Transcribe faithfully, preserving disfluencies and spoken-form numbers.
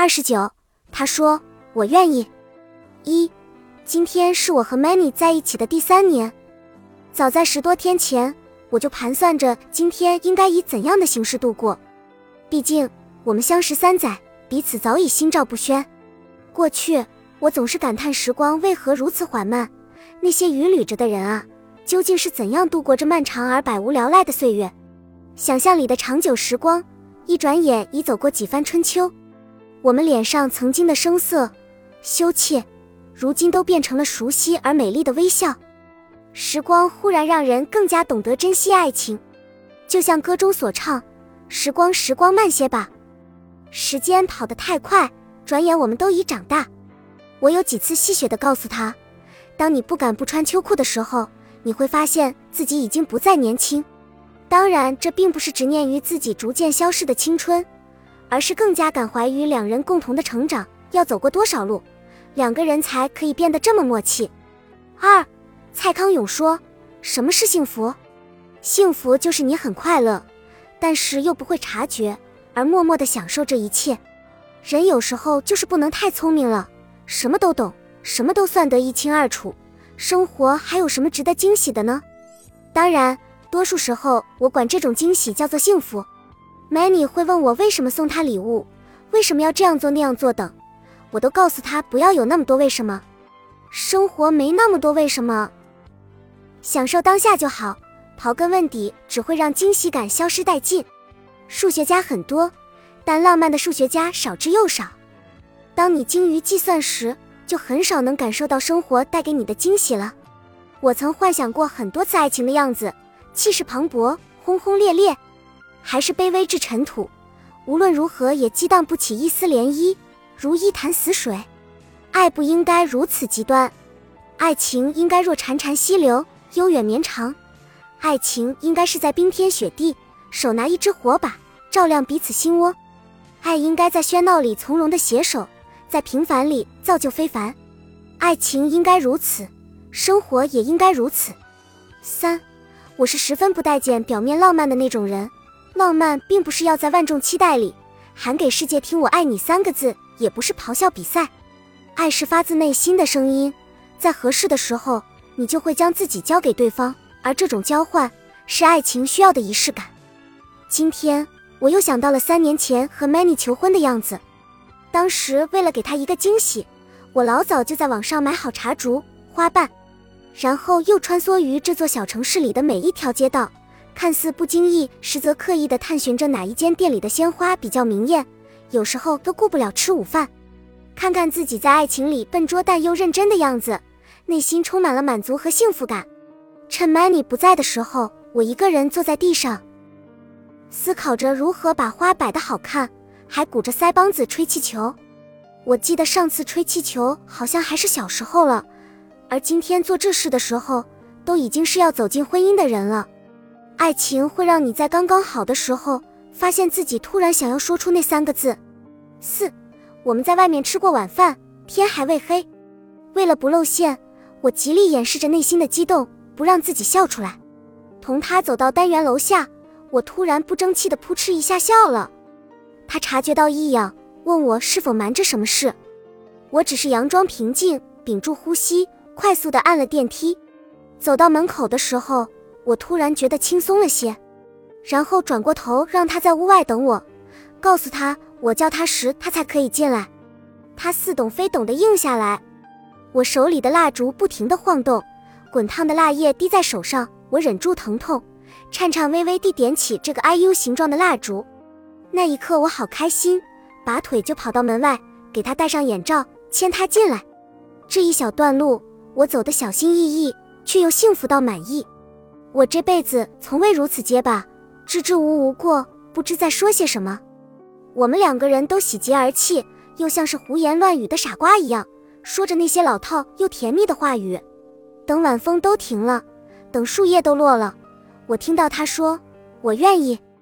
二十九，他说我愿意。一，今天是我和 Manny 在一起的第三年。早在十多天前，我就盘算着今天应该以怎样的形式度过。毕竟我们相识三载，彼此早已心照不宣。过去我总是感叹时光为何如此缓慢，那些与旅着的人啊，究竟是怎样度过这漫长而百无聊赖的岁月。想象里的长久时光，一转眼已走过几番春秋。我们脸上曾经的生涩、羞怯，如今都变成了熟悉而美丽的微笑。时光忽然让人更加懂得珍惜爱情，就像歌中所唱，时光时光慢些吧。时间跑得太快，转眼我们都已长大。我有几次戏谑地告诉他，当你不敢不穿秋裤的时候，你会发现自己已经不再年轻。当然，这并不是执念于自己逐渐消逝的青春，而是更加感怀于两人共同的成长，要走过多少路，两个人才可以变得这么默契。二，蔡康永说，什么是幸福？幸福就是你很快乐，但是又不会察觉，而默默地享受这一切。人有时候就是不能太聪明了，什么都懂，什么都算得一清二楚，生活还有什么值得惊喜的呢？当然，多数时候我管这种惊喜叫做幸福。Manny 会问我为什么送他礼物，为什么要这样做那样做等，我都告诉他不要有那么多为什么，生活没那么多为什么，享受当下就好，刨根问底只会让惊喜感消失殆尽。数学家很多，但浪漫的数学家少之又少。当你精于计算时，就很少能感受到生活带给你的惊喜了。我曾幻想过很多次爱情的样子，气势磅礴，轰轰烈烈，还是卑微至尘土，无论如何也激荡不起一丝涟漪，如一潭死水。爱不应该如此极端，爱情应该若潺潺溪流，悠远绵长。爱情应该是在冰天雪地，手拿一支火把，照亮彼此心窝。爱应该在喧闹里从容的携手，在平凡里造就非凡。爱情应该如此，生活也应该如此。三，我是十分不待见表面浪漫的那种人。浪漫并不是要在万众期待里喊给世界听我爱你三个字，也不是咆哮比赛。爱是发自内心的声音，在合适的时候，你就会将自己交给对方，而这种交换是爱情需要的仪式感。今天我又想到了三年前和 Manny 求婚的样子，当时为了给他一个惊喜，我老早就在网上买好茶烛、花瓣，然后又穿梭于这座小城市里的每一条街道，看似不经意，实则刻意地探寻着哪一间店里的鲜花比较明艳，有时候都顾不了吃午饭。看看自己在爱情里笨拙但又认真的样子，内心充满了满足和幸福感。趁 Manny 不在的时候，我一个人坐在地上，思考着如何把花摆得好看，还鼓着腮帮子吹气球。我记得上次吹气球好像还是小时候了，而今天做这事的时候，都已经是要走进婚姻的人了。爱情会让你在刚刚好的时候，发现自己突然想要说出那三个字。四，我们在外面吃过晚饭，天还未黑。为了不露馅，我极力掩饰着内心的激动，不让自己笑出来。同他走到单元楼下，我突然不争气地扑哧一下笑了。他察觉到异样，问我是否瞒着什么事。我只是佯装平静，屏住呼吸，快速地按了电梯。走到门口的时候，我突然觉得轻松了些，然后转过头让他在屋外等我，告诉他我叫他时他才可以进来。他似懂非懂地应下来。我手里的蜡烛不停地晃动，滚烫的蜡液滴在手上，我忍住疼痛，颤颤巍巍地点起这个 I U 形状的蜡烛。那一刻我好开心，拔腿就跑到门外，给他戴上眼罩，牵他进来。这一小段路，我走得小心翼翼，却又幸福到满意。我这辈子从未如此结巴，支支吾吾过，不知在说些什么。我们两个人都喜极而泣，又像是胡言乱语的傻瓜一样，说着那些老套又甜蜜的话语。等晚风都停了，等树叶都落了，我听到他说，我愿意。